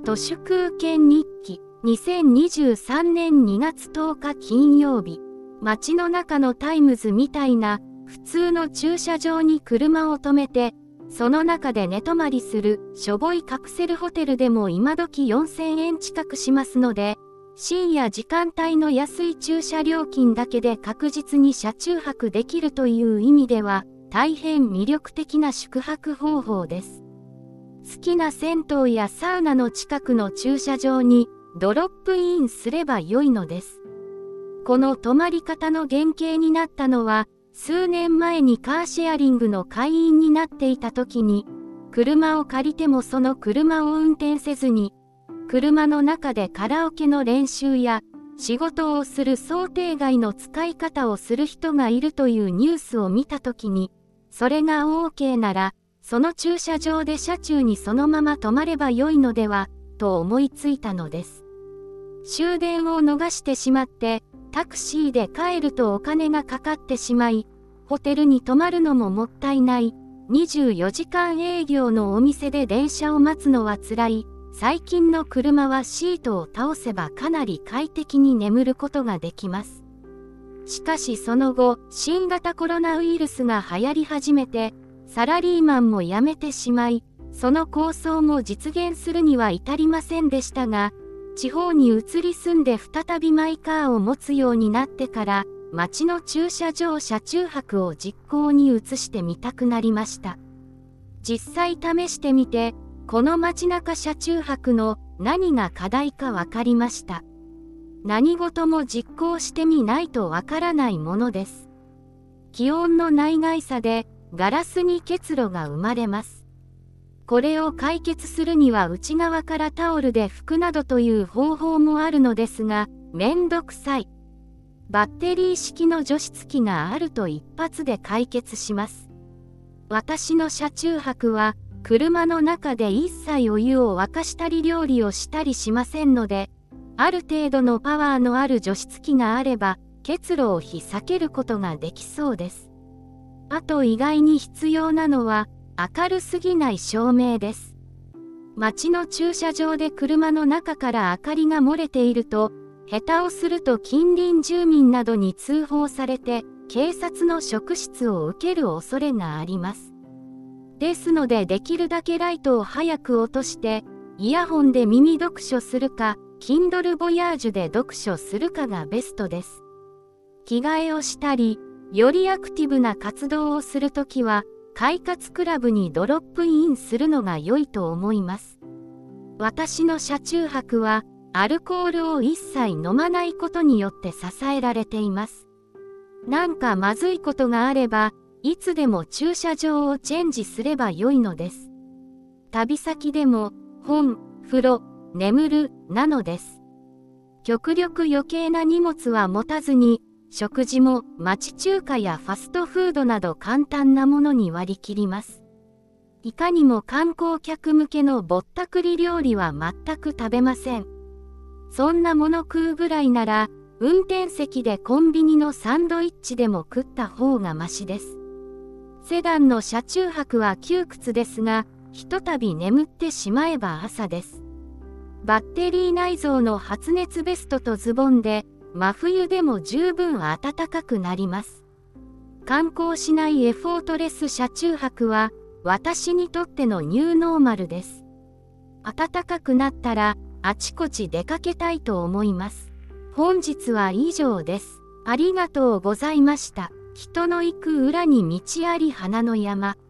都市空権日記2023年2月10日金曜日。街の中のタイムズみたいな普通の駐車場に車を止めて、その中で寝泊まりするしょぼいカプセルホテルでも今時4000円近くしますので、深夜時間帯の安い駐車料金だけで確実に車中泊できるという意味では、大変魅力的な宿泊方法です。好きな銭湯やサウナの近くの駐車場にドロップインすれば良いのです。この泊まり方の原型になったのは、数年前にカーシェアリングの会員になっていた時に、車を借りてもその車を運転せずに、車の中でカラオケの練習や仕事をする想定外の使い方をする人がいるというニュースを見た時に、それが OK なら、その駐車場で車中にそのまま泊まれば良いのでは、と思いついたのです。終電を逃してしまって、タクシーで帰るとお金がかかってしまい、ホテルに泊まるのももったいない、24時間営業のお店で電車を待つのは辛い、最近の車はシートを倒せばかなり快適に眠ることができます。しかしその後、新型コロナウイルスが流行り始めて、サラリーマンも辞めてしまい、その構想も実現するには至りませんでしたが、地方に移り住んで再びマイカーを持つようになってから、街の駐車場車中泊を実行に移してみたくなりました。実際試してみて、この街中車中泊の何が課題か分かりました。何事も実行してみないとわからないものです。気温の内外差でガラスに結露が生まれます。これを解決するには内側からタオルで拭くなどという方法もあるのですが、めんどくさい。バッテリー式の除湿機があると一発で解決します。私の車中泊は車の中で一切お湯を沸かしたり料理をしたりしませんので、ある程度のパワーのある除湿機があれば結露を避けることができそうです。あと意外に必要なのは明るすぎない照明です。街の駐車場で車の中から明かりが漏れていると、下手をすると近隣住民などに通報されて警察の職質を受ける恐れがあります。ですのでできるだけライトを早く落としてイヤホンで耳読書するか Kindle Voyage で読書するかがベストです。着替えをしたりよりアクティブな活動をするときは快活クラブにドロップインするのが良いと思います。私の車中泊はアルコールを一切飲まないことによって支えられています。なんかまずいことがあればいつでも駐車場をチェンジすれば良いのです。旅先でも本、風呂、眠るなのです。極力余計な荷物は持たずに食事も町中華やファストフードなど簡単なものに割り切ります。いかにも観光客向けのぼったくり料理は全く食べません。そんなもの食うぐらいなら、運転席でコンビニのサンドイッチでも食った方がマシです。セダンの車中泊は窮屈ですが、ひとたび眠ってしまえば朝です。バッテリー内蔵の発熱ベストとズボンで、真冬でも十分暖かくなります。観光しないエフォートレス車中泊は私にとってのニューノーマルです。暖かくなったらあちこち出かけたいと思います。本日は以上です。ありがとうございました。人の行く裏に道あり花の山。